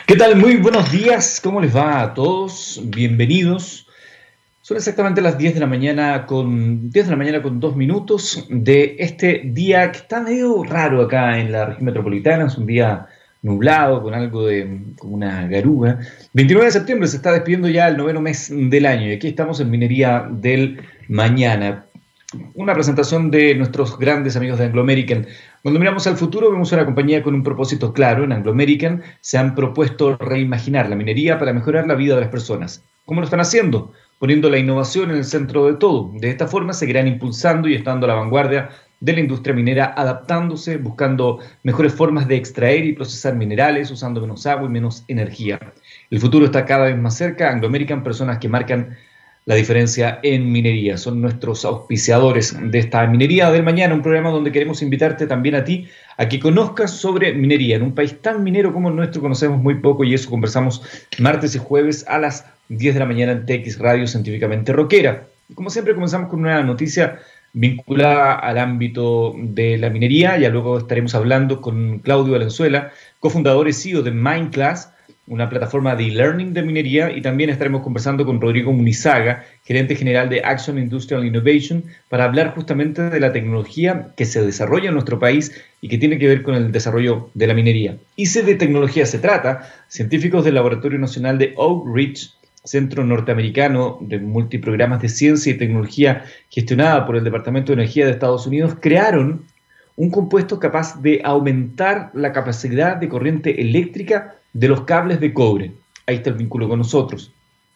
¿Qué tal? Muy buenos días, ¿cómo les va a todos? Bienvenidos. Son exactamente las 10 de la mañana con 2 minutos de este día que está medio raro acá en la región metropolitana. Es un día nublado con algo de como una garúa. 29 de septiembre se está despidiendo ya el noveno mes del año y aquí estamos en Minería del Mañana. Una presentación de nuestros grandes amigos de Anglo American. Cuando miramos al futuro vemos una compañía con un propósito claro. En Anglo American se han propuesto reimaginar la minería para mejorar la vida de las personas. ¿Cómo lo están haciendo? Poniendo la innovación en el centro de todo. De esta forma seguirán impulsando y estando a la vanguardia de la industria minera, adaptándose, buscando mejores formas de extraer y procesar minerales, usando menos agua y menos energía. El futuro está cada vez más cerca. Anglo American, personas que marcan la diferencia en minería. Son nuestros auspiciadores de esta Minería del Mañana, un programa donde queremos invitarte también a ti a que conozcas sobre minería. En un país tan minero como el nuestro conocemos muy poco y eso conversamos martes y jueves a las 10 de la mañana en TX Radio Científicamente Rockera. Como siempre comenzamos con una noticia vinculada al ámbito de la minería. Ya luego estaremos hablando con Claudio Valenzuela, cofundador y CEO de Mindclass, una plataforma de e-learning de minería, y también estaremos conversando con Rodrigo Munizaga, gerente general de Action Industrial Innovation, para hablar justamente de la tecnología que se desarrolla en nuestro país y que tiene que ver con el desarrollo de la minería. Y si de tecnología se trata, científicos del Laboratorio Nacional de Oak Ridge, Centro Norteamericano de Multiprogramas de Ciencia y Tecnología gestionada por el Departamento de Energía de Estados Unidos, crearon un compuesto capaz de aumentar la capacidad de corriente eléctrica de los cables de cobre. Ahí está el vínculo con nosotros.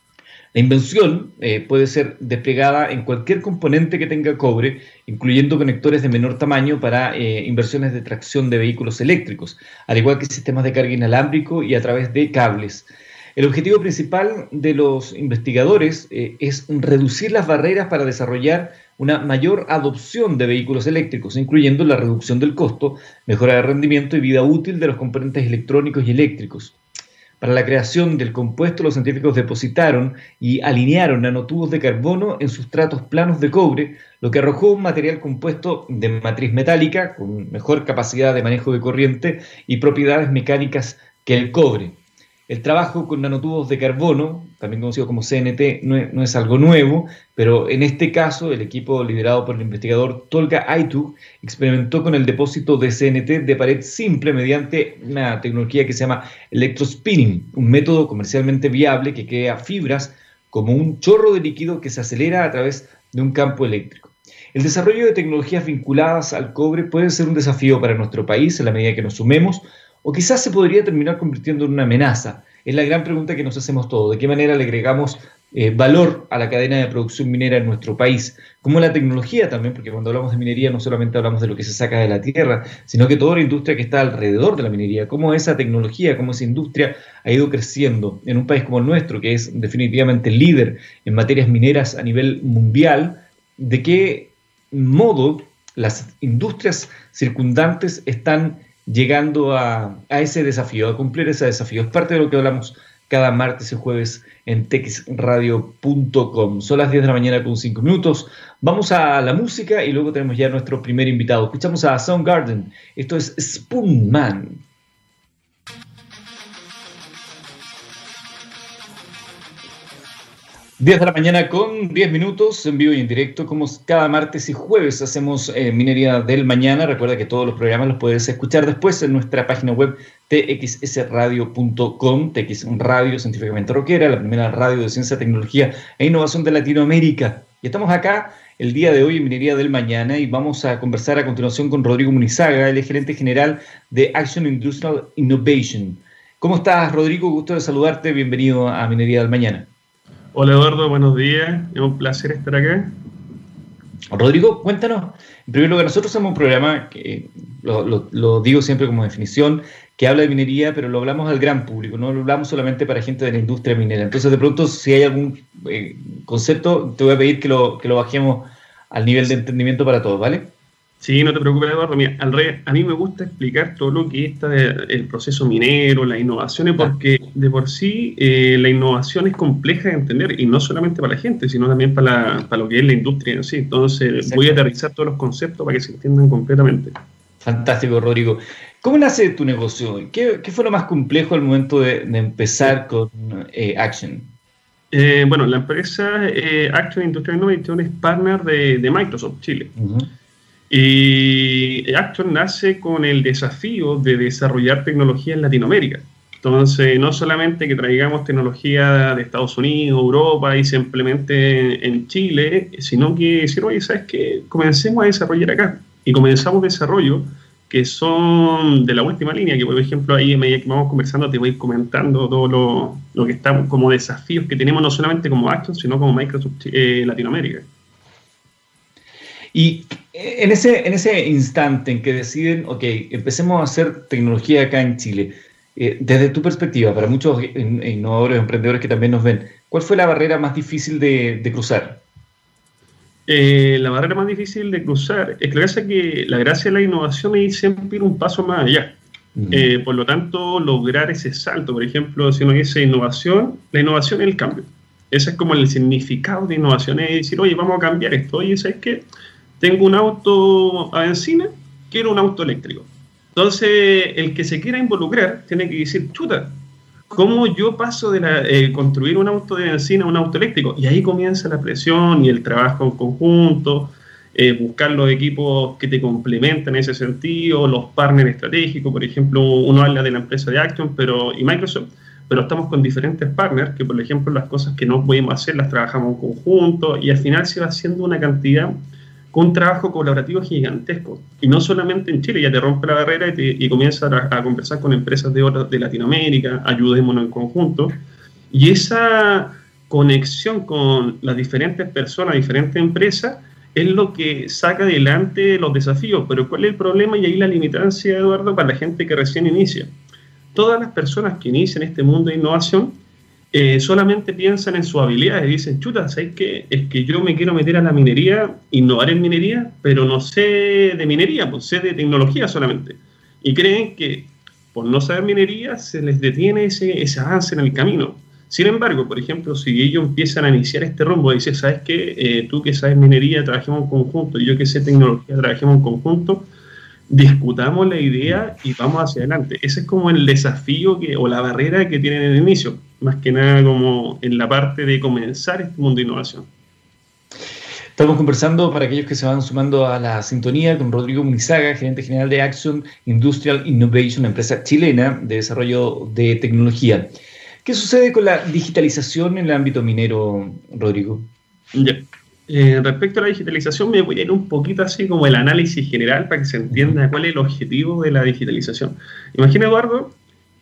La invención puede ser desplegada en cualquier componente que tenga cobre, incluyendo conectores de menor tamaño para inversiones de tracción de vehículos eléctricos, al igual que sistemas de carga inalámbrico y a través de cables. El objetivo principal de los investigadores es reducir las barreras para desarrollar una mayor adopción de vehículos eléctricos, incluyendo la reducción del costo, mejora de rendimiento y vida útil de los componentes electrónicos y eléctricos. Para la creación del compuesto, los científicos depositaron y alinearon nanotubos de carbono en sustratos planos de cobre, lo que arrojó un material compuesto de matriz metálica con mejor capacidad de manejo de corriente y propiedades mecánicas que el cobre. El trabajo con nanotubos de carbono, también conocido como CNT, no es algo nuevo, pero en este caso el equipo liderado por el investigador Tolga Aytug experimentó con el depósito de CNT de pared simple mediante una tecnología que se llama electrospinning, un método comercialmente viable que crea fibras como un chorro de líquido que se acelera a través de un campo eléctrico. El desarrollo de tecnologías vinculadas al cobre puede ser un desafío para nuestro país en la medida que nos sumemos, o quizás se podría terminar convirtiendo en una amenaza. Es la gran pregunta que nos hacemos todos. ¿De qué manera le agregamos valor a la cadena de producción minera en nuestro país? Como la tecnología también, porque cuando hablamos de minería no solamente hablamos de lo que se saca de la tierra, sino que toda la industria que está alrededor de la minería, cómo esa tecnología, cómo esa industria ha ido creciendo en un país como el nuestro, que es definitivamente líder en materias mineras a nivel mundial. ¿De qué modo las industrias circundantes están llegando a ese desafío, a cumplir ese desafío? Es parte de lo que hablamos cada martes y jueves en texradio.com. Son las 10 de la mañana con 5 minutos. Vamos a la música y luego tenemos ya nuestro primer invitado. Escuchamos a Soundgarden. Esto es Spoon Man. 10 de la mañana con 10 minutos, en vivo y en directo, como cada martes y jueves hacemos Minería del Mañana. Recuerda que todos los programas los puedes escuchar después en nuestra página web txsradio.com, TX Radio Científicamente Rockera, la primera radio de ciencia, tecnología e innovación de Latinoamérica. Y estamos acá el día de hoy en Minería del Mañana y vamos a conversar a continuación con Rodrigo Munizaga, el gerente general de Action Industrial Innovation. ¿Cómo estás, Rodrigo? Gusto de saludarte. Bienvenido a Minería del Mañana. Hola Eduardo, buenos días, es un placer estar acá. Rodrigo, cuéntanos, en primer lugar, nosotros somos un programa que, lo digo siempre como definición, que habla de minería, pero lo hablamos al gran público, no lo hablamos solamente para gente de la industria minera. Entonces, de pronto, si hay algún concepto, te voy a pedir que lo bajemos al nivel de entendimiento para todos, ¿vale? Sí, no te preocupes, Eduardo. Mira, al revés, a mí me gusta explicar todo lo que está el proceso minero, las innovaciones, porque de por sí la innovación es compleja de entender, y no solamente para la gente, sino también para lo que es la industria en sí. Entonces voy a aterrizar todos los conceptos para que se entiendan completamente. Fantástico, Rodrigo. ¿Cómo nace tu negocio? ¿Qué fue lo más complejo al momento de empezar con Action? Bueno, la empresa Action Industrial Innovation es partner de Microsoft Chile. Uh-huh. Y Action nace con el desafío de desarrollar tecnología en Latinoamérica. Entonces, no solamente que traigamos tecnología de Estados Unidos, Europa y se implemente en Chile, sino que decir, oye, ¿sabes qué? Comencemos a desarrollar acá. Y comenzamos desarrollo que son de la última línea, que por ejemplo ahí a medida que vamos conversando te voy comentando todo lo que está como desafíos que tenemos no solamente como Action, sino como Microsoft Latinoamérica. Y en ese instante en que deciden, ok, empecemos a hacer tecnología acá en Chile, desde tu perspectiva, para muchos innovadores, emprendedores que también nos ven, ¿cuál fue la barrera más difícil de cruzar? La barrera más difícil de cruzar es que la gracia de la innovación es siempre ir un paso más allá. Por lo tanto, lograr ese salto, por ejemplo, si uno dice innovación, la innovación es el cambio. Ese es como el significado de innovación, es decir, oye, vamos a cambiar esto. Oye, ¿sabes qué? Tengo un auto a benzina, quiero un auto eléctrico. Entonces, el que se quiera involucrar tiene que decir, chuta, ¿cómo yo paso de construir un auto de benzina a un auto eléctrico? Y ahí comienza la presión y el trabajo en conjunto, buscar los equipos que te complementan en ese sentido, los partners estratégicos. Por ejemplo, uno habla de la empresa de Action y Microsoft, pero estamos con diferentes partners que, por ejemplo, las cosas que no podemos hacer las trabajamos en conjunto y al final se va haciendo una cantidad con un trabajo colaborativo gigantesco. Y no solamente en Chile, ya te rompe la barrera y comienzas a conversar con empresas de Latinoamérica, ayudémonos en conjunto. Y esa conexión con las diferentes personas, diferentes empresas, es lo que saca adelante los desafíos. Pero ¿cuál es el problema? Y ahí la limitancia, Eduardo, para la gente que recién inicia. Todas las personas que inician este mundo de innovación solamente piensan en sus habilidades y dicen, chuta, ¿sabes qué? Es que yo me quiero meter a la minería, innovar en minería, pero no sé de minería, pues sé de tecnología solamente. Y creen que por no saber minería se les detiene ese avance en el camino. Sin embargo, por ejemplo, si ellos empiezan a iniciar este rumbo y dicen, ¿sabes qué? Tú que sabes minería, trabajemos en conjunto, y yo que sé tecnología, trabajemos en conjunto, discutamos la idea y vamos hacia adelante. Ese es como el desafío o la barrera que tienen en el inicio, más que nada como en la parte de comenzar este mundo de innovación. Estamos conversando, para aquellos que se van sumando a la sintonía, con Rodrigo Munizaga, gerente general de Action Industrial Innovation, una empresa chilena de desarrollo de tecnología. ¿Qué sucede con la digitalización en el ámbito minero, Rodrigo? Ya. Respecto a la digitalización, me voy a ir un poquito así como el análisis general para que se entienda cuál es el objetivo de la digitalización. Imagina, Eduardo,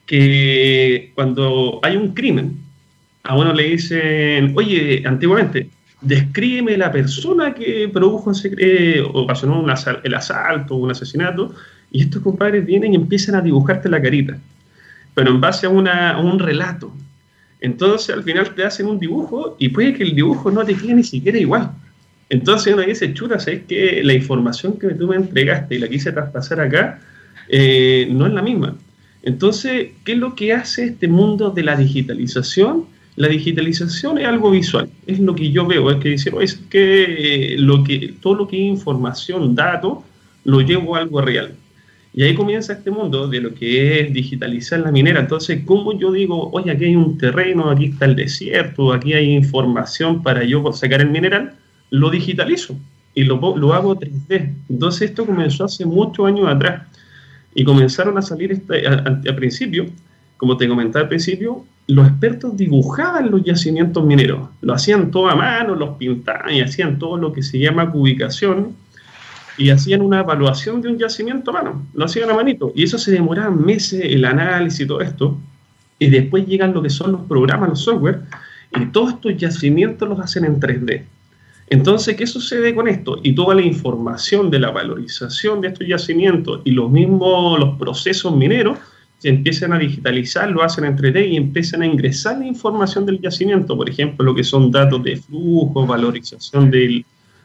que cuando hay un crimen, a uno le dicen, oye, antiguamente, descríbeme la persona que produjo ocasionó el asalto o un asesinato, y estos compadres vienen y empiezan a dibujarte la carita, pero en base a un relato. Entonces al final te hacen un dibujo y puede que el dibujo no te quede ni siquiera igual. Entonces uno dice, chuta, ¿sabes que la información que tú me entregaste y la quise traspasar acá no es la misma? Entonces, ¿qué es lo que hace este mundo de la digitalización? La digitalización es algo visual, es lo que yo veo, es que decir, es que todo lo que es información, datos, lo llevo a algo real. Y ahí comienza este mundo de lo que es digitalizar la minera. Entonces, ¿cómo yo digo, oye, aquí hay un terreno, aquí está el desierto, aquí hay información para yo sacar el mineral? Lo digitalizo y lo hago 3D. Entonces, esto comenzó hace muchos años atrás. Y comenzaron a salir al principio, como te comentaba al principio, los expertos dibujaban los yacimientos mineros. Lo hacían todo a mano, los pintaban y hacían todo lo que se llama cubicación. Y hacían una evaluación de un yacimiento a mano, lo hacían a manito, y eso se demoraba meses, el análisis y todo esto, y después llegan lo que son los programas, los software, y todos estos yacimientos los hacen en 3D. Entonces, ¿qué sucede con esto? Y toda la información de la valorización de estos yacimientos y los procesos mineros se empiezan a digitalizar, lo hacen en 3D y empiezan a ingresar la información del yacimiento, por ejemplo, lo que son datos de flujo, valorización del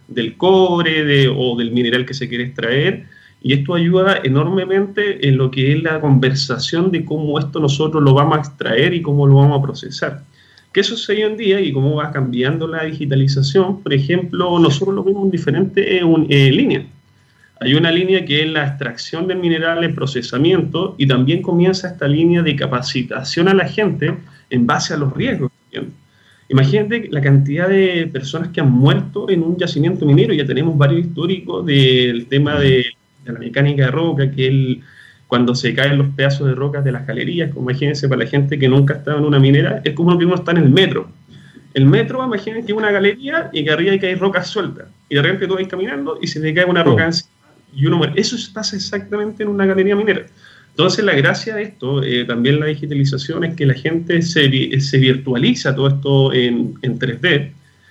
cobre o del mineral que se quiere extraer, y esto ayuda enormemente en lo que es la conversación de cómo esto nosotros lo vamos a extraer y cómo lo vamos a procesar. ¿Qué sucede hoy en día y cómo va cambiando la digitalización? Por ejemplo, nosotros lo vemos en diferentes líneas. Hay una línea que es la extracción del mineral, el procesamiento, y también comienza esta línea de capacitación a la gente en base a los riesgos. Imagínate la cantidad de personas que han muerto en un yacimiento minero. Ya tenemos varios históricos del tema de la mecánica de roca, que cuando se caen los pedazos de rocas de las galerías, como imagínense, para la gente que nunca ha estado en una minera, es como lo que uno está en el metro. El metro, imagínense que es una galería y que arriba hay que hay rocas sueltas. Y de repente tú vas caminando y se te cae una roca encima y uno muere. Eso pasa exactamente en una galería minera. Entonces, la gracia de esto, también la digitalización, es que la gente se virtualiza todo esto en 3D,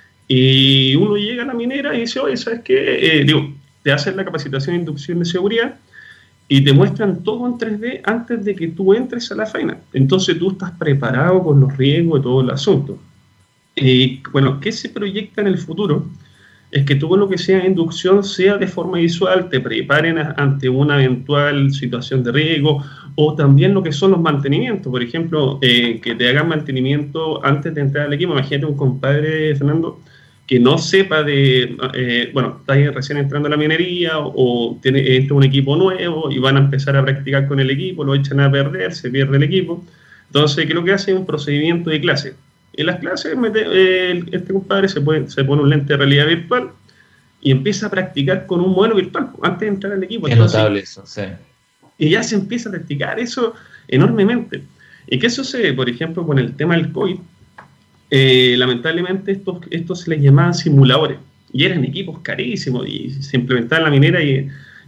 y uno llega a la minera y dice, oye, ¿sabes qué? Te hacen la capacitación e inducción de seguridad y te muestran todo en 3D antes de que tú entres a la faena. Entonces, tú estás preparado con los riesgos de todo el asunto. Y bueno, ¿qué se proyecta en el futuro? Es que todo lo que sea inducción sea de forma visual, te preparen ante una eventual situación de riesgo, o también lo que son los mantenimientos. Por ejemplo, que te hagan mantenimiento antes de entrar al equipo. Imagínate un compadre, Fernando, que no sepa está recién entrando a la minería, o entra un equipo nuevo y van a empezar a practicar con el equipo, lo echan a perder, se pierde el equipo. Entonces, ¿qué es lo que hace? Un procedimiento de clase. En las clases, este compadre se pone un lente de realidad virtual y empieza a practicar con un modelo virtual antes de entrar al equipo. Es notable eso, sí. Y ya se empieza a practicar eso enormemente. ¿Y qué sucede? Por ejemplo, con el tema del COVID, lamentablemente estos se les llamaban simuladores, y eran equipos carísimos, y se implementaban en la minera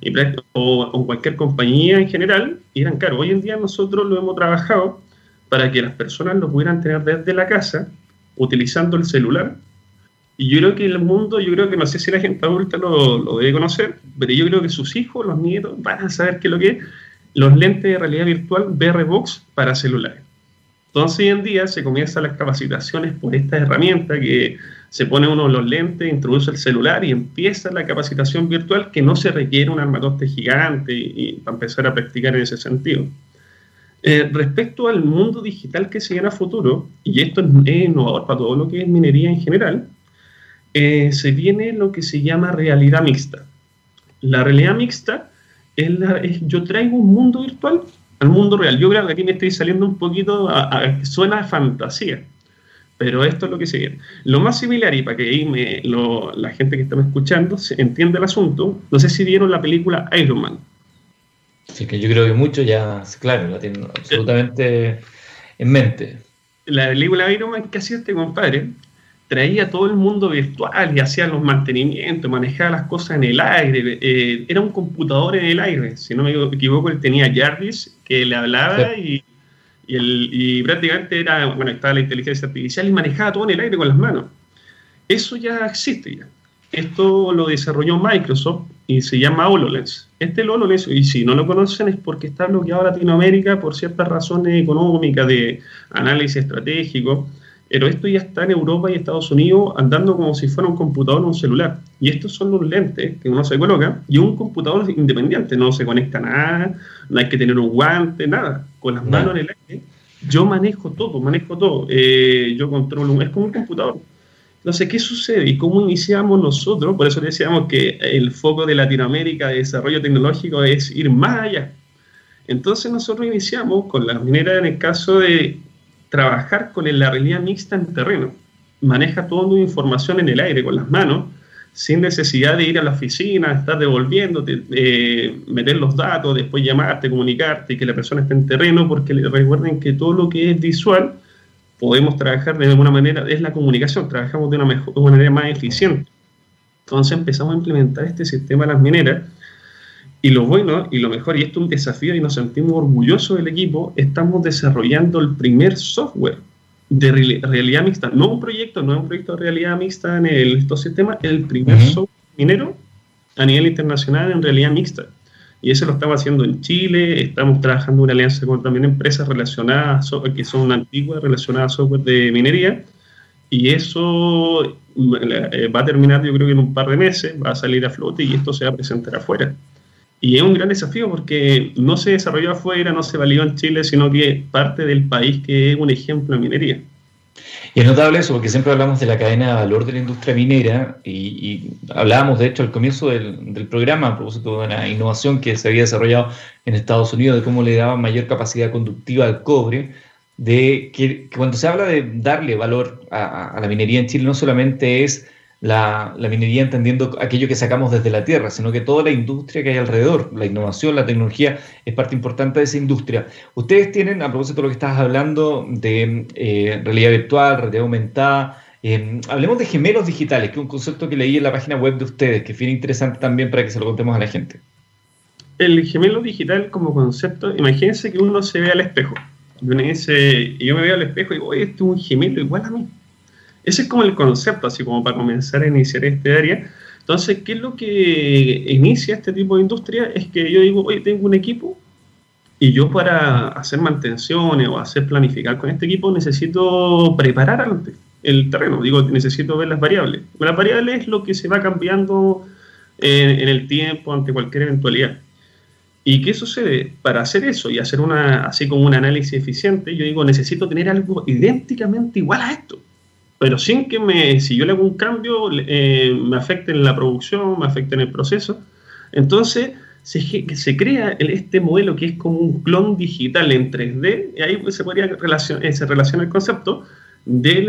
o cualquier compañía en general, y eran caros. Hoy en día nosotros lo hemos trabajado para que las personas lo pudieran tener desde la casa, utilizando el celular. Y yo creo que el mundo, no sé si la gente adulta lo debe conocer, pero yo creo que sus hijos, los nietos, van a saber qué es lo que es los lentes de realidad virtual VR Box para celulares. Entonces, hoy en día se comienzan las capacitaciones por esta herramienta, que se pone uno los lentes, introduce el celular y empieza la capacitación virtual, que no se requiere un armatoste gigante y para empezar a practicar en ese sentido. Respecto al mundo digital que se viene a futuro, y esto es innovador para todo lo que es minería en general, se viene lo que se llama realidad mixta. La realidad mixta yo traigo un mundo virtual al mundo real. Yo creo que aquí me estoy saliendo un poquito suena a fantasía, pero esto es lo que se viene. Lo más similar, y para que ahí la gente que está escuchando entienda el asunto, no sé si vieron la película Iron Man. Sí, que yo creo que muchos ya, claro, la tienen absolutamente en mente. La película Iron Man, ¿qué hacía este compadre? Traía todo el mundo virtual y hacía los mantenimientos, manejaba las cosas en el aire. Era un computador en el aire, si no me equivoco. Él tenía Jarvis que le hablaba, sí. y prácticamente estaba la inteligencia artificial y manejaba todo en el aire con las manos. Eso ya existe ya. Esto lo desarrolló Microsoft y se llama HoloLens. HoloLens, y si no lo conocen, es porque está bloqueado a Latinoamérica por ciertas razones económicas de análisis estratégico, pero esto ya está en Europa y Estados Unidos andando como si fuera un computador o un celular. Y estos son los lentes que uno se coloca, y un computador independiente, no se conecta a nada, no hay que tener un guante, nada. Con las manos en el aire, yo manejo todo. Yo controlo, es como un computador. Entonces, ¿qué sucede? ¿Y cómo iniciamos nosotros? Por eso decíamos que el foco de Latinoamérica de desarrollo tecnológico es ir más allá. Entonces, nosotros iniciamos con la minera en el caso de trabajar con la realidad mixta en terreno. Maneja toda tu información en el aire con las manos, sin necesidad de ir a la oficina, estar devolviéndote, meter los datos, después llamarte, comunicarte y que la persona esté en terreno, porque recuerden que todo lo que es visual podemos trabajar de alguna manera, es la comunicación, trabajamos de una manera más eficiente. Entonces empezamos a implementar este sistema en las mineras, y lo bueno y lo mejor, y esto es un desafío y nos sentimos orgullosos del equipo, estamos desarrollando el primer software de realidad mixta, no es un proyecto de realidad mixta en estos sistemas, el primer software minero a nivel internacional en realidad mixta. Y eso lo estamos haciendo en Chile. Estamos trabajando una alianza con también empresas relacionadas, que son antiguas, relacionadas a software de minería. Y eso va a terminar, yo creo que en un par de meses, va a salir a flote y esto se va a presentar afuera. Y es un gran desafío porque no se desarrolló afuera, no se validó en Chile, sino que parte del país que es un ejemplo en minería. Y es notable eso, porque siempre hablamos de la cadena de valor de la industria minera y hablábamos, de hecho, al comienzo del programa, a propósito de una innovación que se había desarrollado en Estados Unidos, de cómo le daban mayor capacidad conductiva al cobre, de que cuando se habla de darle valor a la minería en Chile, no solamente es la minería entendiendo aquello que sacamos desde la tierra, sino que toda la industria que hay alrededor, la innovación, la tecnología, es parte importante de esa industria. Ustedes tienen, a propósito de lo que estabas hablando, de realidad virtual, realidad aumentada, hablemos de gemelos digitales, que es un concepto que leí en la página web de ustedes, que es bien interesante también para que se lo contemos a la gente. El gemelo digital como concepto, imagínense que uno se ve al espejo. Y uno dice, yo me veo al espejo y digo, oye, este es un gemelo igual a mí. Ese es como el concepto, así como para comenzar a iniciar este área. Entonces, ¿qué es lo que inicia este tipo de industria? Es que yo digo, oye, tengo un equipo y yo para hacer mantenciones o hacer planificar con este equipo necesito preparar antes el terreno. Digo, necesito ver las variables. Las variables es lo que se va cambiando en el tiempo ante cualquier eventualidad. ¿Y qué sucede? Para hacer eso y hacer así como un análisis eficiente, yo digo, necesito tener algo idénticamente igual a esto. Pero sin que si yo le hago un cambio, me afecte en la producción, me afecte en el proceso. Entonces, se crea este modelo que es como un clon digital en 3D, y ahí se relaciona el concepto del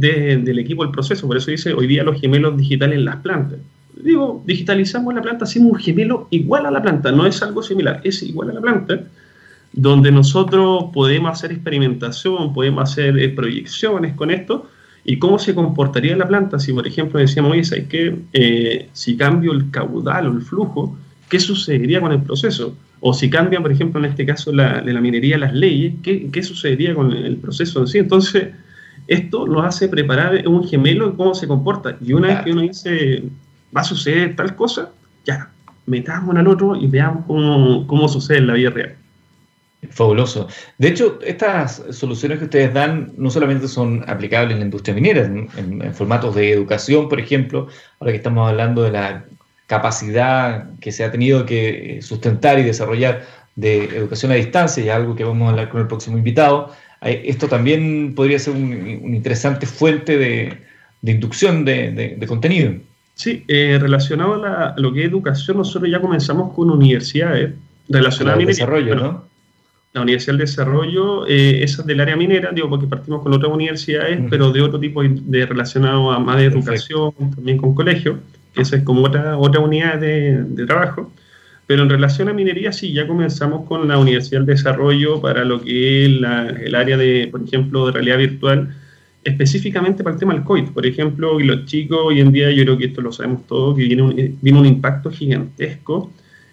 equipo del proceso. Por eso dice, hoy día los gemelos digitales en las plantas. Digo, digitalizamos la planta, hacemos un gemelo igual a la planta, no es algo similar, es igual a la planta, donde nosotros podemos hacer experimentación, podemos hacer proyecciones con esto. ¿Y cómo se comportaría la planta si, por ejemplo, decíamos, oye, ¿sabes qué? Si cambio el caudal o el flujo, ¿qué sucedería con el proceso? O si cambian, por ejemplo, en este caso de la minería, las leyes, ¿qué sucedería con el proceso en sí? Entonces, esto nos hace preparar un gemelo de cómo se comporta. Y una vez que uno dice, va a suceder tal cosa, ya, metamos al otro y veamos cómo sucede en la vida real. Fabuloso. De hecho, estas soluciones que ustedes dan no solamente son aplicables en la industria minera, en formatos de educación, por ejemplo, ahora que estamos hablando de la capacidad que se ha tenido que sustentar y desarrollar de educación a distancia, y algo que vamos a hablar con el próximo invitado, esto también podría ser una interesante fuente de inducción de contenido. Sí, relacionado a lo que es educación, nosotros ya comenzamos con universidades relacionadas a minería. Desarrollo, ¿no? La Universidad del Desarrollo, esa es del área minera, digo, porque partimos con otras universidades, pero de otro tipo de relacionado a más de educación, también con colegios, que esa es como otra unidad de trabajo. Pero en relación a minería, sí, ya comenzamos con la Universidad del Desarrollo para lo que es el área de, por ejemplo, de realidad virtual, específicamente para el tema del COVID. Por ejemplo, y los chicos hoy en día, yo creo que esto lo sabemos todos, que viene un impacto gigantesco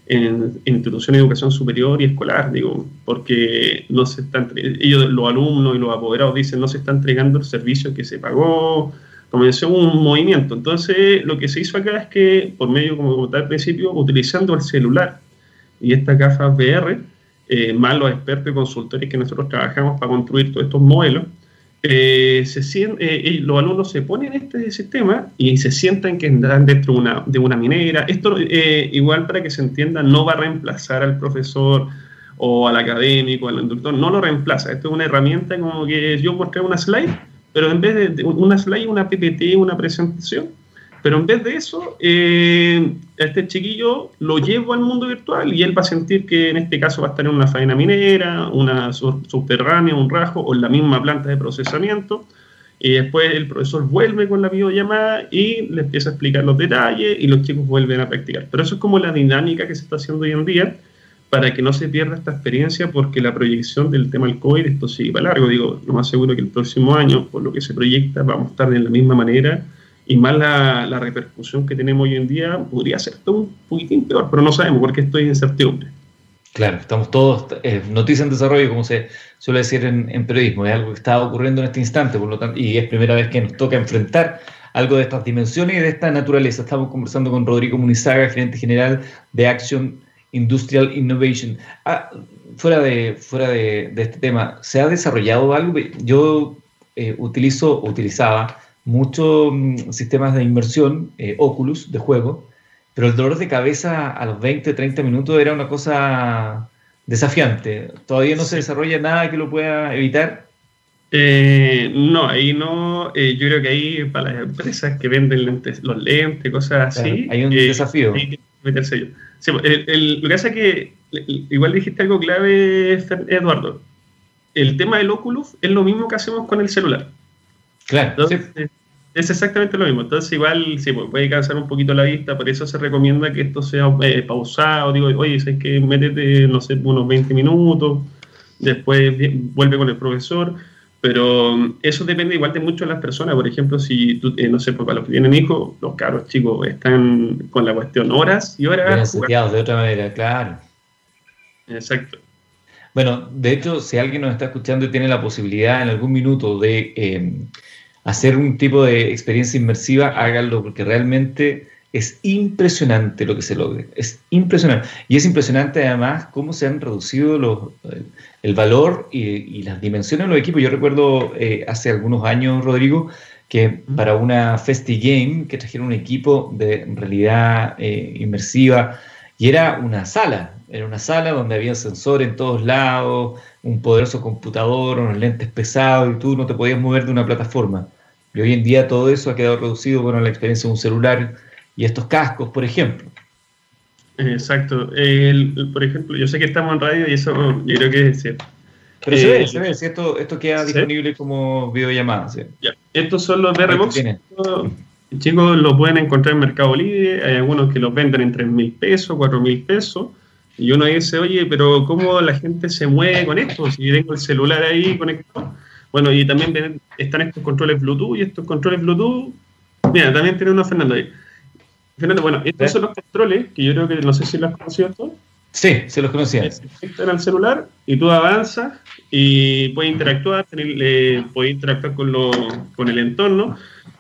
en instituciones de educación superior y escolar, digo, porque no se están, ellos, los alumnos y los apoderados dicen, no se está entregando el servicio que se pagó, comenzó un movimiento. Entonces, lo que se hizo acá es que, por medio, como comentaba al principio, utilizando el celular y estas gafas VR, más los expertos y consultores que nosotros trabajamos para construir todos estos modelos, los alumnos se ponen en este sistema y se sientan que están dentro de una minera. Esto, igual para que se entienda, no va a reemplazar al profesor o al académico, al instructor, no lo reemplaza. Esto es una herramienta como que yo mostré una slide, pero en vez de una slide, una PPT, una presentación. Pero en vez de eso, este chiquillo lo llevo al mundo virtual y él va a sentir que en este caso va a estar en una faena minera, una subterránea, un rajo o en la misma planta de procesamiento. Y después el profesor vuelve con la videollamada y le empieza a explicar los detalles y los chicos vuelven a practicar. Pero eso es como la dinámica que se está haciendo hoy en día para que no se pierda esta experiencia, porque la proyección del tema del COVID, esto sigue para largo. Digo, lo más seguro que el próximo año, por lo que se proyecta, vamos a estar de la misma manera. Y más la repercusión que tenemos hoy en día podría ser todo un poquitín peor, pero no sabemos porque estoy en incertidumbre. Claro, estamos todos, noticia en desarrollo, como se suele decir en periodismo, es algo que está ocurriendo en este instante, por lo tanto, y es primera vez que nos toca enfrentar algo de estas dimensiones y de esta naturaleza. Estamos conversando con Rodrigo Munizaga, gerente general de Action Industrial Innovation. Fuera de este tema, ¿se ha desarrollado algo? Yo utilizaba muchos sistemas de inmersión, Oculus, de juego, pero el dolor de cabeza a los 20, 30 minutos era una cosa desafiante. ¿Todavía no se desarrolla nada que lo pueda evitar? No, ahí no. Yo creo que ahí para las empresas que venden los lentes, cosas así. Claro, hay un desafío. Hay que meterse yo. Sí, lo que pasa es que igual dijiste algo clave, Eduardo. El tema del Oculus es lo mismo que hacemos con el celular. Claro. Entonces, sí. Es exactamente lo mismo. Entonces, igual, sí, puede cansar un poquito la vista, por eso se recomienda que esto sea pausado. Digo, oye, ¿sabes qué? Métete, no sé, unos 20 minutos, después vuelve con el profesor. Pero eso depende igual de mucho de las personas. Por ejemplo, si tú, no sé, para los que tienen hijos, los cabros chicos están con la cuestión horas y horas. Bien seteados de otra manera, claro. Exacto. Bueno, de hecho, si alguien nos está escuchando y tiene la posibilidad en algún minuto de hacer un tipo de experiencia inmersiva, háganlo, porque realmente es impresionante lo que se logra. Es impresionante. Y es impresionante además cómo se han reducido el valor y las dimensiones de los equipos. Yo recuerdo hace algunos años, Rodrigo, que para una FestiGame que trajeron un equipo de realidad inmersiva y era una sala donde había sensores en todos lados, un poderoso computador, unos lentes pesados y tú no te podías mover de una plataforma. Y hoy en día todo eso ha quedado reducido a la experiencia de un celular y estos cascos, por ejemplo. Exacto. Por ejemplo, yo sé que estamos en radio y eso yo creo que es cierto. Pero se ve, si esto queda disponible como videollamada. ¿Sí? Ya. Estos son los VRBox. Chicos, lo pueden encontrar en Mercado Libre. Hay algunos que los venden en 3.000 pesos, 4.000 pesos. Y uno dice, oye, pero ¿cómo la gente se mueve con esto? Si tengo el celular ahí conectado. Bueno, y también están estos controles Bluetooth y estos controles Bluetooth. Mira, también tiene uno Fernando ahí. Fernando, bueno, estos son los controles que yo creo que no sé si los has conocido todos. Sí, se los conocía. Se conectan al celular y tú avanzas y puedes interactuar, puedes interactuar con el entorno.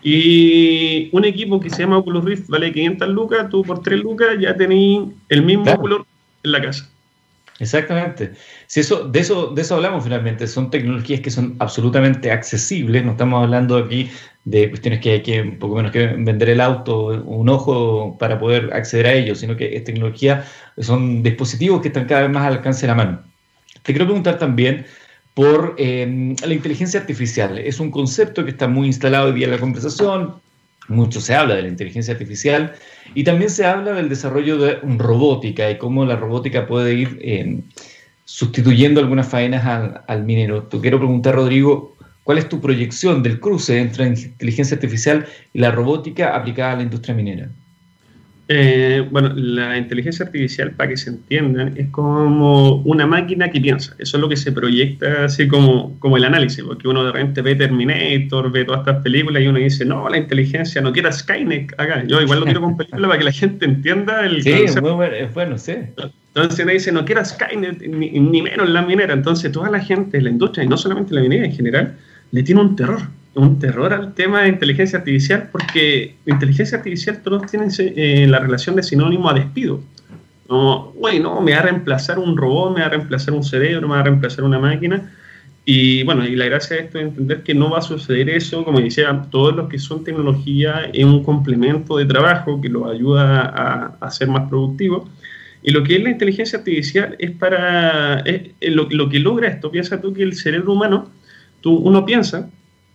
Y un equipo que se llama Oculus Rift vale 500 lucas, tú por 3 lucas ya tenés el mismo Oculus en la casa. Exactamente. Si de eso hablamos finalmente. Son tecnologías que son absolutamente accesibles. No estamos hablando aquí de cuestiones que hay que un poco menos que vender el auto, un ojo para poder acceder a ello, sino que es tecnología, son dispositivos que están cada vez más al alcance de la mano. Te quiero preguntar también por la inteligencia artificial. Es un concepto que está muy instalado hoy día en la conversación. Mucho se habla de la inteligencia artificial y también se habla del desarrollo de robótica y cómo la robótica puede ir sustituyendo algunas faenas al minero. Te quiero preguntar, Rodrigo, ¿cuál es tu proyección del cruce entre la inteligencia artificial y la robótica aplicada a la industria minera? Bueno, la inteligencia artificial, para que se entiendan, es como una máquina que piensa. Eso es lo que se proyecta así como el análisis, porque uno de repente ve Terminator, ve todas estas películas y uno dice, no, la inteligencia, no quiero Skynet acá. Yo igual lo quiero con películas para que la gente entienda el concepto. Muy bueno, es bueno, sí. Entonces uno dice, no quiero Skynet, ni menos la minera. Entonces toda la gente, la industria, y no solamente la minera en general, le tiene un terror al tema de inteligencia artificial, porque la inteligencia artificial todos tienen la relación de sinónimo a despido. No, bueno, me va a reemplazar un robot, me va a reemplazar un cerebro, me va a reemplazar una máquina. Y bueno, y la gracia de esto es entender que no va a suceder eso. Como decía, todos los que son tecnología es un complemento de trabajo que los ayuda a ser más productivos. Y lo que es la inteligencia artificial es lo que logra esto. Piensa tú que el cerebro humano, uno piensa,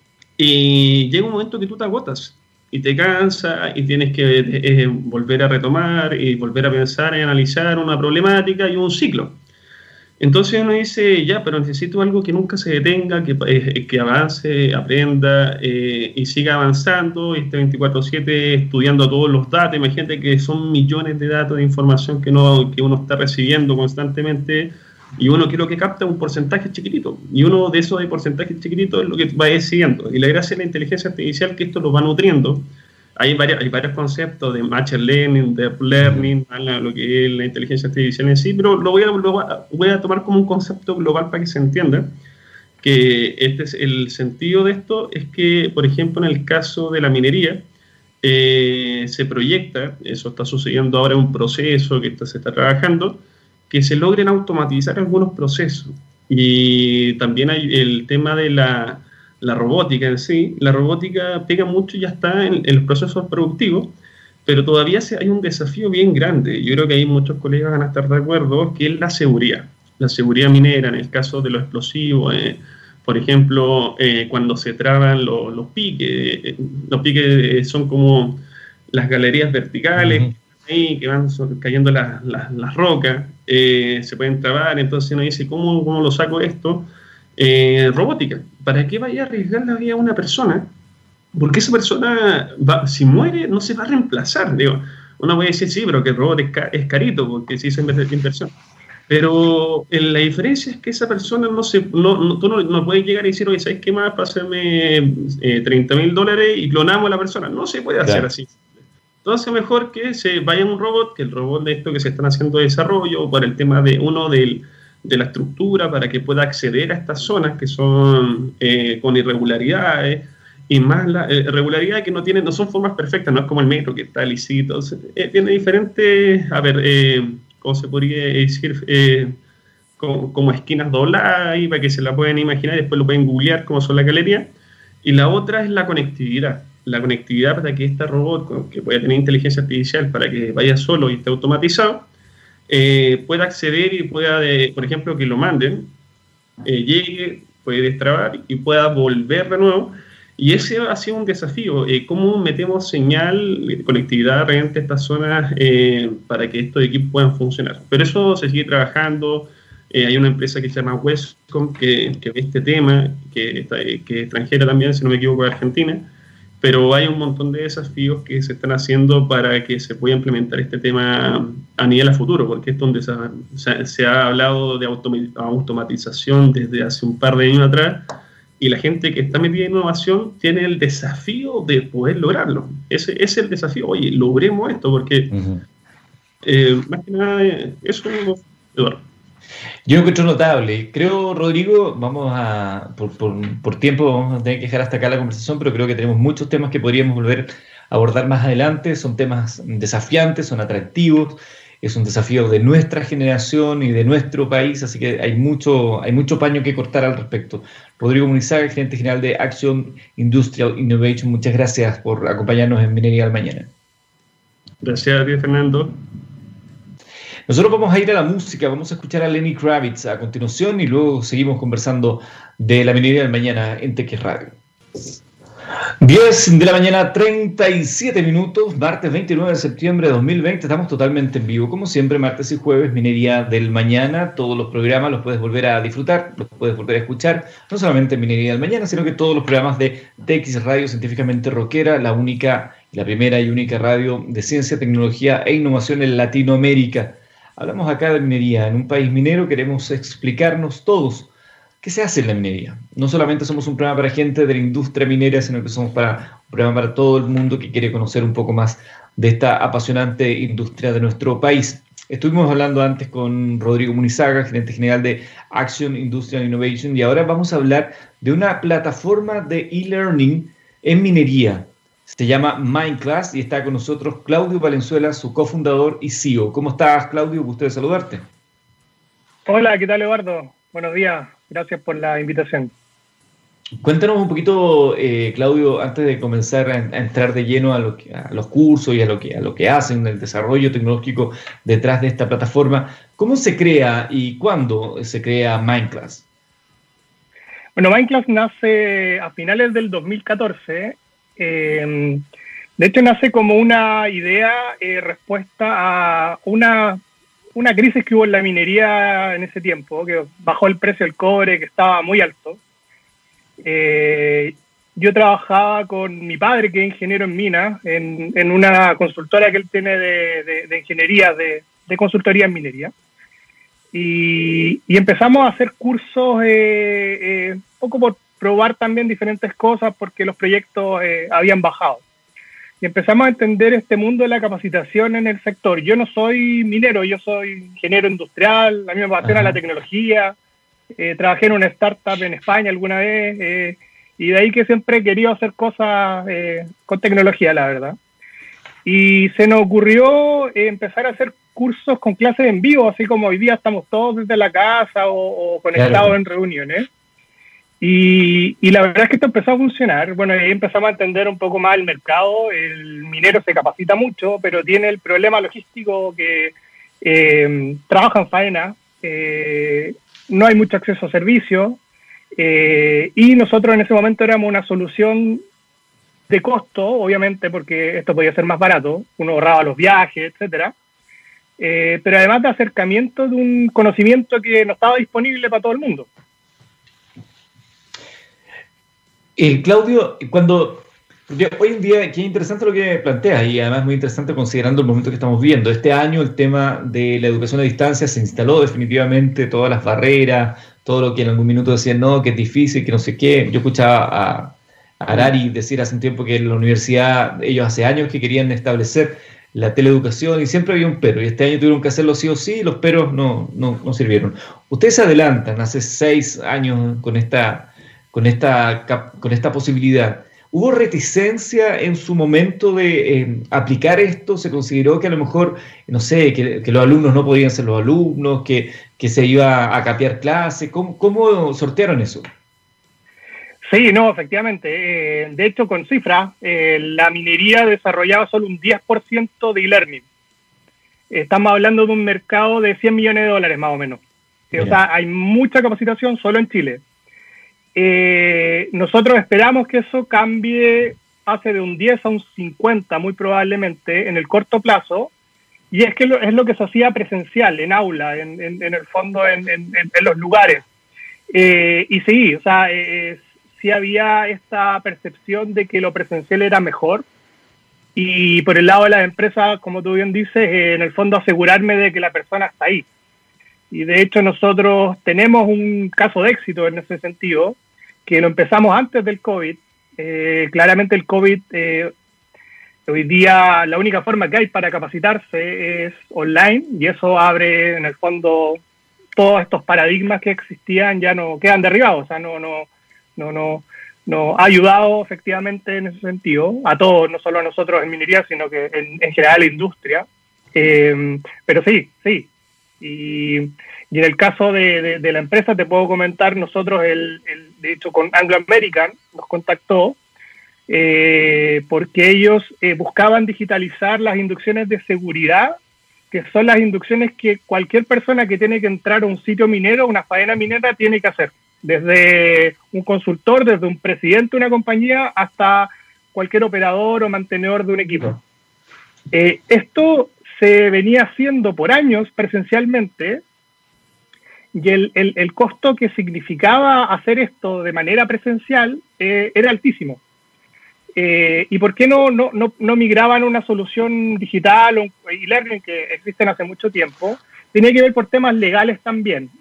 y llega un momento que tú te agotas y te cansas y tienes que volver a retomar y volver a pensar y analizar una problemática y un ciclo. Entonces uno dice, ya, pero necesito algo que nunca se detenga, que avance, aprenda y siga avanzando y esté 24/7 estudiando todos los datos. Imagínate que son millones de datos de información que uno está recibiendo constantemente. Y uno creo que capta un porcentaje chiquitito. Y uno de esos porcentajes chiquititos es lo que va decidiendo. Y la gracia de la inteligencia artificial es que esto lo va nutriendo. Hay varios conceptos de machine learning, deep learning, lo que es la inteligencia artificial en sí, pero lo voy a tomar como un concepto global para que se entienda. Que el sentido de esto es que, por ejemplo, en el caso de la minería, se proyecta, eso está sucediendo ahora en un proceso que se está trabajando, que se logren automatizar algunos procesos. Y también hay el tema de la robótica en sí. La robótica pega mucho y ya está en los procesos productivos, pero todavía hay un desafío bien grande. Yo creo que hay muchos colegas van a estar de acuerdo, que es la seguridad. La seguridad minera, en el caso de los explosivos, Por ejemplo, cuando se traban los piques son como las galerías verticales, ahí que van cayendo las rocas, se pueden trabar. Entonces uno dice, ¿cómo lo saco esto? Robótica. ¿Para qué vaya a arriesgar la vida a una persona? Porque esa persona, si muere, no se va a reemplazar. Digo, uno puede decir, sí, pero que el robot es carito, porque se hizo inversión. Pero la diferencia es que esa persona tú no puedes llegar y decir, oye, ¿sabes qué más? Pásame $30,000 y clonamos a la persona. No se puede hacer así. Entonces, mejor que se vaya un robot, que el robot de esto que se están haciendo desarrollo, para el tema de la estructura, para que pueda acceder a estas zonas que son con irregularidades, y más la regularidad que no son formas perfectas, no es como el metro que está lisito, tiene diferentes, ¿cómo se podría decir? Como esquinas dobladas ahí para que se la puedan imaginar y después lo pueden googlear como son las galerías. Y la otra es la conectividad. La conectividad para que este robot, que pueda tener inteligencia artificial, para que vaya solo y esté automatizado, pueda acceder y pueda, por ejemplo, que lo manden, llegue, puede destrabar y pueda volver de nuevo. Y ese ha sido un desafío, cómo metemos señal, conectividad realmente a estas zonas para que estos equipos puedan funcionar. Pero eso se sigue trabajando. Hay una empresa que se llama Westcom que ve este tema, que es extranjera también, si no me equivoco, de Argentina. Pero hay un montón de desafíos que se están haciendo para que se pueda implementar este tema a nivel a futuro, porque es donde se ha hablado de automatización desde hace un par de años atrás. Y la gente que está metida en innovación tiene el desafío de poder lograrlo. Ese es el desafío. Oye, logremos esto, porque más que nada eso, Eduardo. Yo lo encuentro notable. Creo, Rodrigo, por tiempo vamos a tener que dejar hasta acá la conversación, pero creo que tenemos muchos temas que podríamos volver a abordar más adelante. Son temas desafiantes, son atractivos. Es un desafío de nuestra generación y de nuestro país, así que hay mucho paño que cortar al respecto. Rodrigo Munizaga, gerente general de Action Industrial Innovation, muchas gracias por acompañarnos en Minería del Mañana. Gracias a ti, Fernando. Nosotros vamos a ir a la música, vamos a escuchar a Lenny Kravitz a continuación y luego seguimos conversando de la Minería del Mañana en TX Radio. 10 de la mañana, 37 minutos, martes 29 de septiembre de 2020, estamos totalmente en vivo, como siempre, martes y jueves, Minería del Mañana, todos los programas los puedes volver a disfrutar, los puedes volver a escuchar, no solamente en Minería del Mañana, sino que todos los programas de TX Radio Científicamente Rockera, la primera y única radio de ciencia, tecnología e innovación en Latinoamérica. Hablamos acá de minería, en un país minero queremos explicarnos todos ¿qué se hace en la minería? No solamente somos un programa para gente de la industria minera, sino que somos un programa para todo el mundo que quiere conocer un poco más de esta apasionante industria de nuestro país. Estuvimos hablando antes con Rodrigo Munizaga, gerente general de Action Industrial Innovation, y ahora vamos a hablar de una plataforma de e-learning en minería. Se llama Mindclass y está con nosotros Claudio Valenzuela, su cofundador y CEO. ¿Cómo estás, Claudio? Gusto de saludarte. Hola, ¿qué tal, Eduardo? Buenos días. Gracias por la invitación. Cuéntanos un poquito, Claudio, antes de comenzar a entrar de lleno a los cursos y a lo que hacen, el desarrollo tecnológico detrás de esta plataforma. ¿Cómo se crea y cuándo se crea Mindclass? Bueno, Mindclass nace a finales del 2014. De hecho, nace como una idea respuesta a una crisis que hubo en la minería en ese tiempo, que bajó el precio del cobre, que estaba muy alto. Yo trabajaba con mi padre, que es ingeniero en minas, en una consultora que él tiene de ingeniería, de consultoría en minería. Y empezamos a hacer cursos, poco por probar también diferentes cosas, porque los proyectos habían bajado. Y empezamos a entender este mundo de la capacitación en el sector. Yo no soy minero, yo soy ingeniero industrial, a mí me apasiona la tecnología, trabajé en una startup en España alguna vez, y de ahí que siempre he querido hacer cosas con tecnología, la verdad. Y se nos ocurrió empezar a hacer cursos con clases en vivo, así como hoy día estamos todos desde la casa o conectados en reuniones. Y la verdad es que esto empezó a funcionar. Bueno, ahí empezamos a entender un poco más el mercado. El minero se capacita mucho, pero tiene el problema logístico que trabaja en faena, no hay mucho acceso a servicios, Y nosotros en ese momento éramos una solución de costo, obviamente, porque esto podía ser más barato, uno ahorraba los viajes, etcétera, pero además de acercamiento de un conocimiento que no estaba disponible para todo el mundo. Claudio, hoy en día, qué interesante lo que planteas, y además muy interesante considerando el momento que estamos viviendo. Este año el tema de la educación a distancia se instaló definitivamente, todas las barreras, todo lo que en algún minuto decían, no, que es difícil, que no sé qué. Yo escuchaba a Harari decir hace un tiempo que en la universidad, ellos hace años que querían establecer la teleeducación y siempre había un pero, y este año tuvieron que hacerlo sí o sí, y los peros no sirvieron. Ustedes se adelantan hace 6 años con esta posibilidad. ¿Hubo reticencia en su momento de aplicar esto? ¿Se consideró que a lo mejor, no sé, que los alumnos no podían ser los alumnos, que se iba a capear clases? ¿Cómo sortearon eso? Sí, no, efectivamente. De hecho, con cifras, la minería desarrollaba solo un 10% de e-learning. Estamos hablando de un mercado de $100 millones más o menos. O sea, hay mucha capacitación solo en Chile. Nosotros esperamos que eso cambie, pase de un 10 a un 50 muy probablemente en el corto plazo, y es que es lo que se hacía presencial, en aula, en el fondo, en los lugares. Y sí, o sea, sí había esta percepción de que lo presencial era mejor, y por el lado de las empresas, como tú bien dices, en el fondo asegurarme de que la persona está ahí. Y de hecho nosotros tenemos un caso de éxito en ese sentido, que lo empezamos antes del COVID. Claramente el COVID, hoy día la única forma que hay para capacitarse es online, y eso abre en el fondo todos estos paradigmas que existían, ya no quedan derribados. O sea, no ha ayudado efectivamente en ese sentido a todos, no solo a nosotros en minería, sino que en general a la industria. Pero sí. Y en el caso de la empresa te puedo comentar, nosotros de hecho con Anglo American nos contactó porque ellos buscaban digitalizar las inducciones de seguridad, que son las inducciones que cualquier persona que tiene que entrar a un sitio minero, una faena minera, tiene que hacer. Desde un consultor, desde un presidente de una compañía, hasta cualquier operador o mantenedor de un equipo. Esto se venía haciendo por años presencialmente, y el costo que significaba hacer esto de manera presencial era altísimo. ¿Y por qué no migraban a una solución digital o e-learning que existen hace mucho tiempo? Tenía que ver por temas legales también.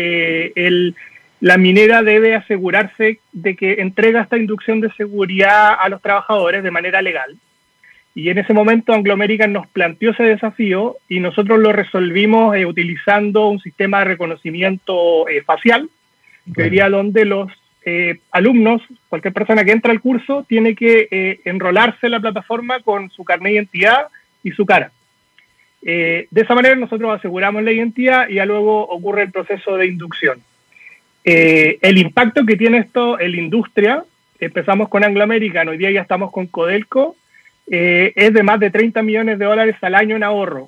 La minera debe asegurarse de que entrega esta inducción de seguridad a los trabajadores de manera legal. Y en ese momento Anglo American nos planteó ese desafío y nosotros lo resolvimos utilizando un sistema de reconocimiento facial, que sería donde los alumnos, cualquier persona que entra al curso, tiene que enrolarse en la plataforma con su carnet de identidad y su cara. De esa manera nosotros aseguramos la identidad y ya luego ocurre el proceso de inducción. El impacto que tiene esto en la industria, empezamos con Anglo American, hoy día ya estamos con Codelco, es de más de $30 millones al año en ahorro.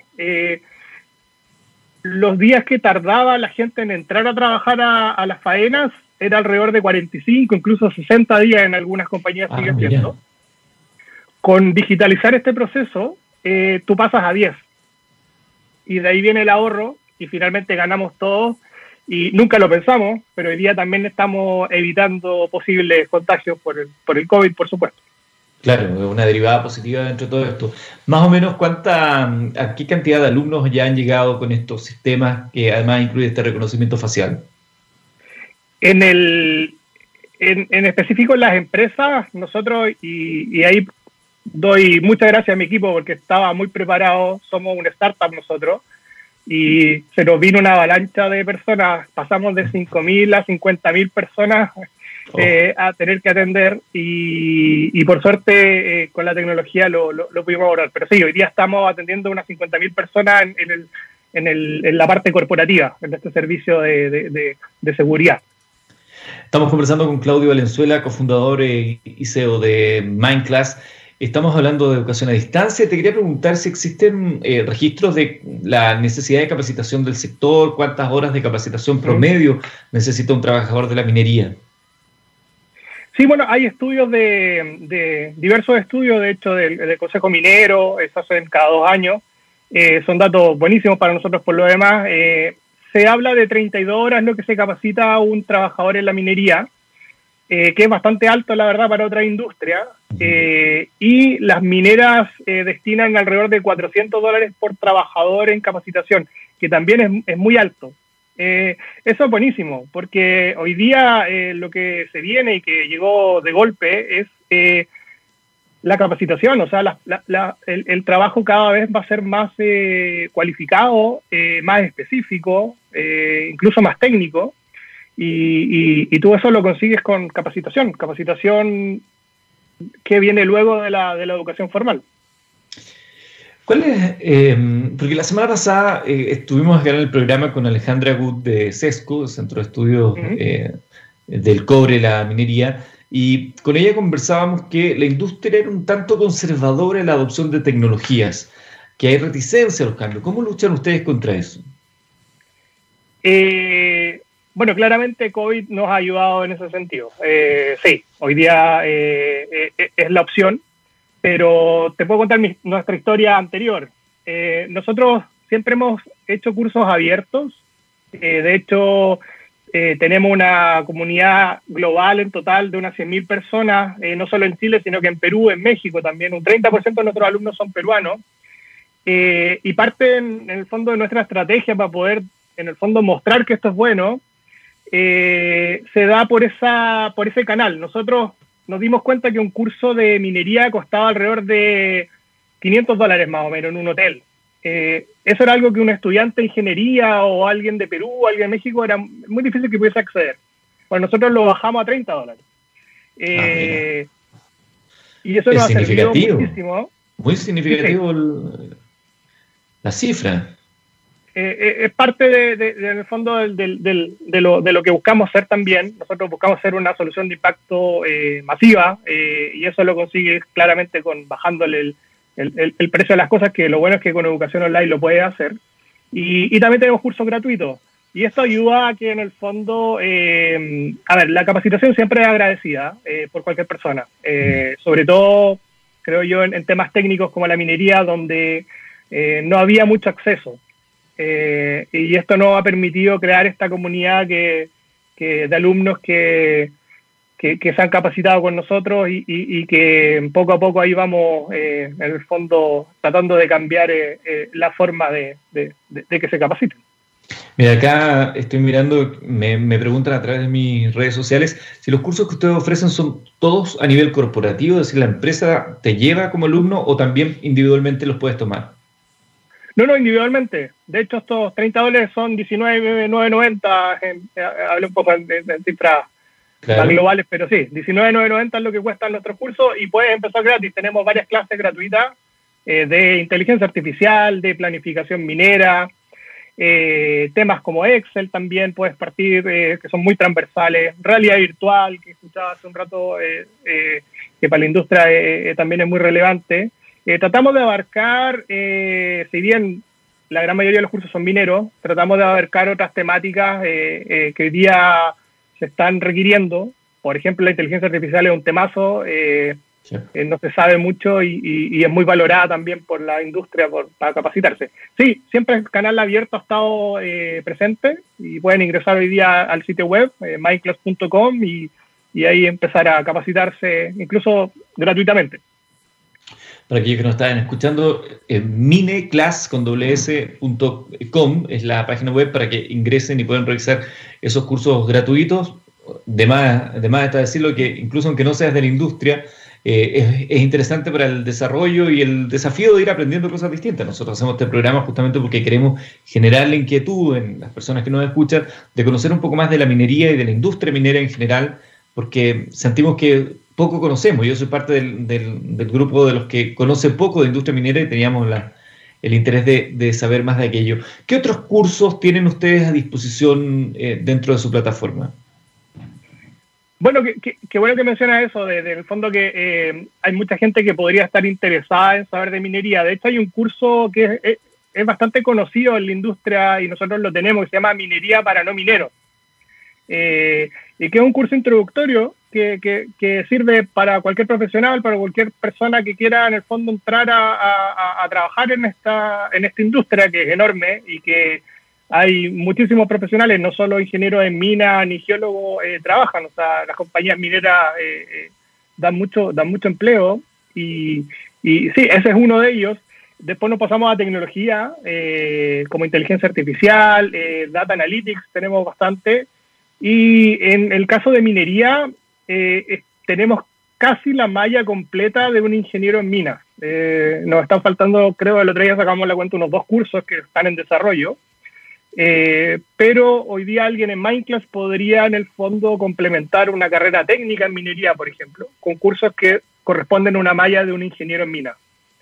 Los días que tardaba la gente en entrar a trabajar a las faenas era alrededor de 45, incluso 60 días en algunas compañías sigue siendo. Con digitalizar este proceso, tú pasas a 10. Y de ahí viene el ahorro y finalmente ganamos todos. Y nunca lo pensamos, pero hoy día también estamos evitando posibles contagios por el COVID, por supuesto. Claro, una derivada positiva dentro de todo esto. Más o menos, ¿a qué cantidad de alumnos ya han llegado con estos sistemas que además incluye este reconocimiento facial? En específico en las empresas, nosotros, y ahí doy muchas gracias a mi equipo porque estaba muy preparado, somos una startup nosotros, y se nos vino una avalancha de personas, pasamos de 5.000 a 50.000 personas a tener que atender, y por suerte con la tecnología lo pudimos lograr. Pero sí, hoy día estamos atendiendo unas 50.000 personas en la parte corporativa, en este servicio de seguridad. Estamos conversando con Claudio Valenzuela, cofundador y CEO de Mindclass. Estamos hablando de educación a distancia. Te quería preguntar si existen registros de la necesidad de capacitación del sector, cuántas horas de capacitación promedio necesita un trabajador de la minería. Sí, bueno, hay estudios de diversos estudios, de hecho, del Consejo Minero, se hacen cada 2 años. Son datos buenísimos para nosotros por lo demás. Se habla de 32 horas lo que se capacita a un trabajador en la minería, que es bastante alto, la verdad, para otra industria. Y las mineras destinan alrededor de $400 por trabajador en capacitación, que también es muy alto. Eso es buenísimo, porque hoy día lo que se viene y que llegó de golpe es la capacitación, o sea, el trabajo cada vez va a ser más cualificado, más específico, incluso más técnico, y tú eso lo consigues con capacitación que viene luego de la educación formal. ¿Cuál es? Porque la semana pasada estuvimos acá en el programa con Alejandra Gut de CESCO, Centro de Estudios del Cobre y la Minería, y con ella conversábamos que la industria era un tanto conservadora en la adopción de tecnologías, que hay reticencia a los cambios. ¿Cómo luchan ustedes contra eso? Bueno, claramente COVID nos ha ayudado en ese sentido. Sí, hoy día es la opción. Pero te puedo contar nuestra historia anterior. Nosotros siempre hemos hecho cursos abiertos. De hecho, tenemos una comunidad global en total de unas 100.000 personas, no solo en Chile, sino que en Perú, en México también. Un 30% de nuestros alumnos son peruanos. Y parte, en el fondo, de nuestra estrategia para poder, en el fondo, mostrar que esto es bueno, se da por ese canal. Nosotros nos dimos cuenta que un curso de minería costaba alrededor de $500 más o menos en un hotel. Eso era algo que un estudiante de ingeniería o alguien de Perú o alguien de México era muy difícil que pudiese acceder. Bueno, nosotros lo bajamos a $30. Y eso nos ha servido muchísimo. Muy significativo la cifra. Es parte en el fondo de lo que buscamos hacer también. Nosotros buscamos hacer una solución de impacto masiva, y eso lo consigues claramente bajándole el precio de las cosas, que lo bueno es que con educación online lo puedes hacer. Y también tenemos cursos gratuitos. Y esto ayuda a que en el fondo, la capacitación siempre es agradecida por cualquier persona. Sobre todo, creo yo, en temas técnicos como la minería, donde no había mucho acceso. Y esto nos ha permitido crear esta comunidad de alumnos que se han capacitado con nosotros y que poco a poco ahí vamos, en el fondo, tratando de cambiar la forma de que se capaciten. Mira, acá estoy mirando, me preguntan a través de mis redes sociales si los cursos que ustedes ofrecen son todos a nivel corporativo, es decir, la empresa te lleva como alumno o también individualmente los puedes tomar. No, individualmente. De hecho, estos $30 son $19,990. Hablé un poco de cifras más globales, pero sí, $19,990 es lo que cuestan nuestros cursos y puedes empezar gratis. Tenemos varias clases gratuitas de inteligencia artificial, de planificación minera, temas como Excel también puedes partir, que son muy transversales, realidad virtual, que escuchaba hace un rato, que para la industria también es muy relevante. Tratamos de abarcar, si bien la gran mayoría de los cursos son mineros, tratamos de abarcar otras temáticas que hoy día se están requiriendo. Por ejemplo, la inteligencia artificial es un temazo, no se sabe mucho y es muy valorada también por la industria para capacitarse. Sí, siempre el canal abierto ha estado presente y pueden ingresar hoy día al sitio web, mindclass.com, y ahí empezar a capacitarse, incluso gratuitamente. Para aquellos que nos están escuchando, mineclass.com es la página web para que ingresen y puedan realizar esos cursos gratuitos. De más está decirlo que incluso aunque no seas de la industria, es interesante para el desarrollo y el desafío de ir aprendiendo cosas distintas. Nosotros hacemos este programa justamente porque queremos generar la inquietud en las personas que nos escuchan de conocer un poco más de la minería y de la industria minera en general, porque sentimos que poco conocemos. Yo soy parte del grupo de los que conoce poco de industria minera y teníamos el interés de saber más de aquello. ¿Qué otros cursos tienen ustedes a disposición dentro de su plataforma? Bueno, qué bueno que mencionas eso, en el fondo que hay mucha gente que podría estar interesada en saber de minería. De hecho, hay un curso que es bastante conocido en la industria y nosotros lo tenemos, que se llama Minería para no mineros. y que es un curso introductorio que sirve para cualquier profesional, para cualquier persona que quiera en el fondo entrar a trabajar en esta industria que es enorme y que hay muchísimos profesionales, no solo ingenieros en minas ni geólogos trabajan, o sea, las compañías mineras dan mucho empleo y sí, ese es uno de ellos. Después nos pasamos a tecnología, como inteligencia artificial, data analytics, tenemos bastante. Y en el caso de minería, tenemos casi la malla completa de un ingeniero en minas. Nos están faltando, creo, el otro día sacamos la cuenta, unos 2 cursos que están en desarrollo. Pero hoy día alguien en Mindclass podría, en el fondo, complementar una carrera técnica en minería, por ejemplo, con cursos que corresponden a una malla de un ingeniero en minas.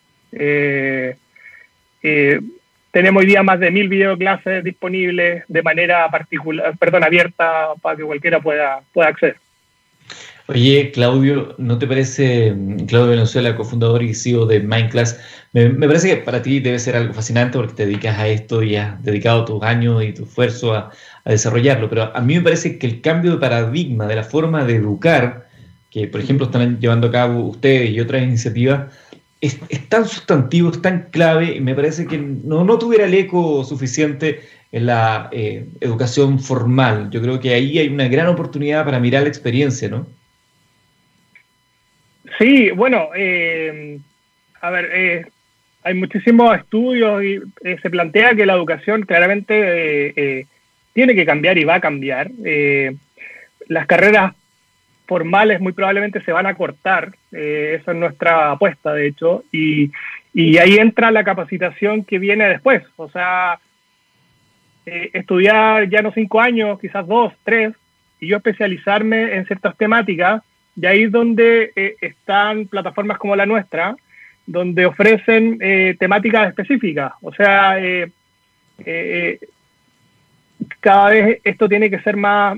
Tenemos hoy día más de 1000 videoclases disponibles de manera abierta para que cualquiera pueda acceder. Oye, Claudio, ¿no te parece, Claudio Valenzuela, cofundador y CEO de Mindclass, me parece que para ti debe ser algo fascinante porque te dedicas a esto y has dedicado tus años y tu esfuerzo a desarrollarlo, pero a mí me parece que el cambio de paradigma de la forma de educar, que por ejemplo están llevando a cabo ustedes y otras iniciativas, es tan sustantivo, es tan clave, y me parece que no tuviera el eco suficiente en la educación formal. Yo creo que ahí hay una gran oportunidad para mirar la experiencia, ¿no? Sí, bueno, hay muchísimos estudios y se plantea que la educación claramente tiene que cambiar y va a cambiar. Las carreras formales muy probablemente se van a cortar, esa es nuestra apuesta, de hecho, y ahí entra la capacitación que viene después, o sea, estudiar ya no 5 años, quizás 2, 3, y yo especializarme en ciertas temáticas, y ahí es donde están plataformas como la nuestra, donde ofrecen temáticas específicas, o sea, cada vez esto tiene que ser más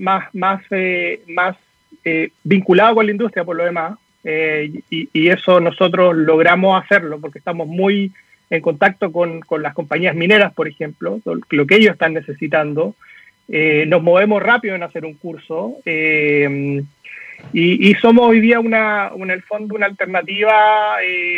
vinculado con la industria por lo demás, y eso nosotros logramos hacerlo porque estamos muy en contacto con las compañías mineras, por ejemplo, lo que ellos están necesitando. Nos movemos rápido en hacer un curso y somos hoy día en el fondo una alternativa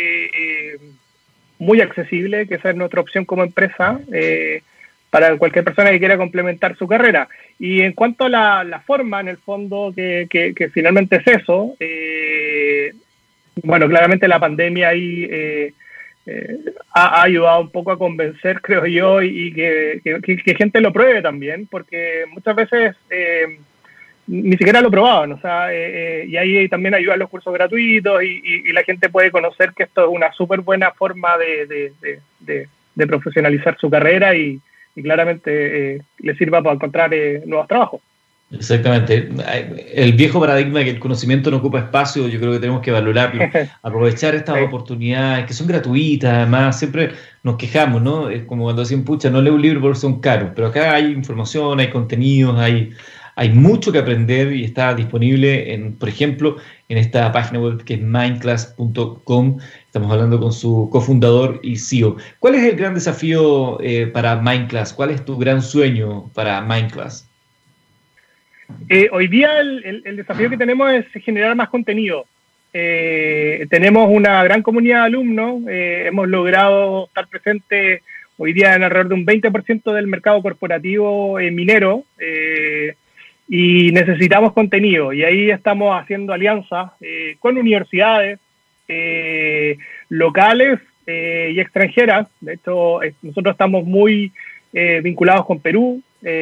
muy accesible, que esa es nuestra opción como empresa, para cualquier persona que quiera complementar su carrera. Y en cuanto a la forma, en el fondo, que finalmente es eso, bueno, claramente la pandemia ahí ha ayudado un poco a convencer, creo yo, y que gente lo pruebe también, porque muchas veces ni siquiera lo probaban, o sea, y ahí también ayudan los cursos gratuitos y la gente puede conocer que esto es una súper buena forma de profesionalizar su carrera y claramente le sirva para encontrar nuevos trabajos. Exactamente. El viejo paradigma de que el conocimiento no ocupa espacio, yo creo que tenemos que valorarlo, aprovechar estas oportunidades que son gratuitas, además siempre nos quejamos, ¿no? Es como cuando decían, pucha, no leo un libro porque son caros, pero acá hay información, hay contenidos, hay mucho que aprender y está disponible, por ejemplo, en esta página web que es mindclass.com. Estamos hablando con su cofundador y CEO. ¿Cuál es el gran desafío para Mindclass? ¿Cuál es tu gran sueño para Mindclass? Hoy día el desafío que tenemos es generar más contenido. Tenemos una gran comunidad de alumnos, hemos logrado estar presentes hoy día en alrededor de un 20% del mercado corporativo minero, y necesitamos contenido, y ahí estamos haciendo alianzas con universidades locales y extranjeras. De hecho, nosotros estamos muy vinculados con Perú,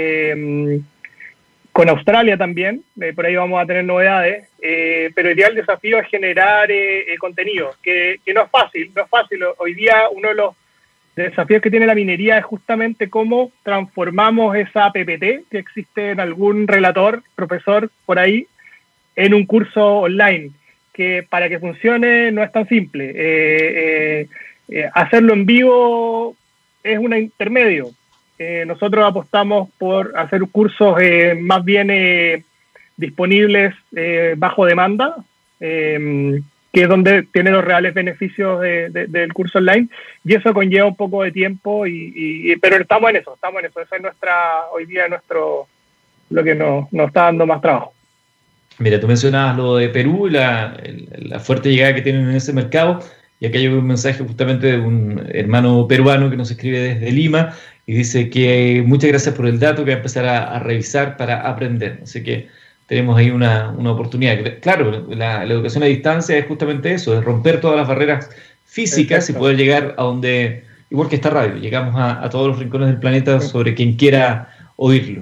con Australia también, por ahí vamos a tener novedades, pero hoy día el desafío es generar contenido, que no es fácil. Hoy día uno de los desafíos que tiene la minería es justamente cómo transformamos esa PPT que existe en algún relator, profesor por ahí, en un curso online, que para que funcione no es tan simple. Hacerlo en vivo es un intermedio. Nosotros apostamos por hacer cursos más bien disponibles bajo demanda, que es donde tiene los reales beneficios del curso online, y eso conlleva un poco de tiempo, pero estamos en eso. Esa es hoy día lo que nos está dando más trabajo. Mira, tú mencionabas lo de Perú y la fuerte llegada que tienen en ese mercado, y acá hay un mensaje justamente de un hermano peruano que nos escribe desde Lima y dice que muchas gracias por el dato, que va a empezar a revisar para aprender. Así que tenemos ahí una oportunidad. Claro, la educación a distancia es justamente eso, es romper todas las barreras físicas. Exacto. Y poder llegar a donde, igual que esta radio, llegamos a todos los rincones del planeta sobre quien quiera oírlo.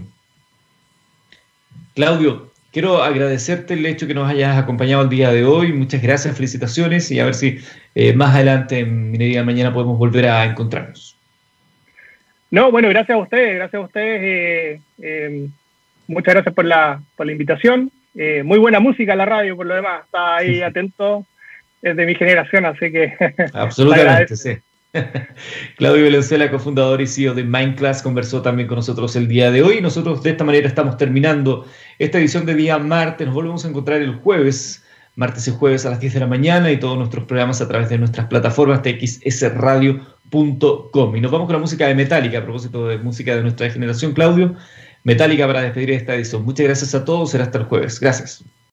Claudio, quiero agradecerte el hecho que nos hayas acompañado el día de hoy. Muchas gracias, felicitaciones, y a ver si más adelante en Minería Mañana podemos volver a encontrarnos. No, bueno, gracias a ustedes. Muchas gracias por la invitación. Muy buena música la radio, por lo demás. Está ahí atento desde mi generación, así que... Absolutamente, sí. Claudio Valenzuela, cofundador y CEO de Mindclass, conversó también con nosotros el día de hoy. Nosotros de esta manera estamos terminando esta edición de día martes. Nos volvemos a encontrar el jueves, martes y jueves a las 10 de la mañana, y todos nuestros programas a través de nuestras plataformas txsradio.com. Y nos vamos con la música de Metallica, a propósito de música de nuestra generación, Claudio. Metallica para despedir esta edición. Muchas gracias a todos, será hasta el jueves. Gracias.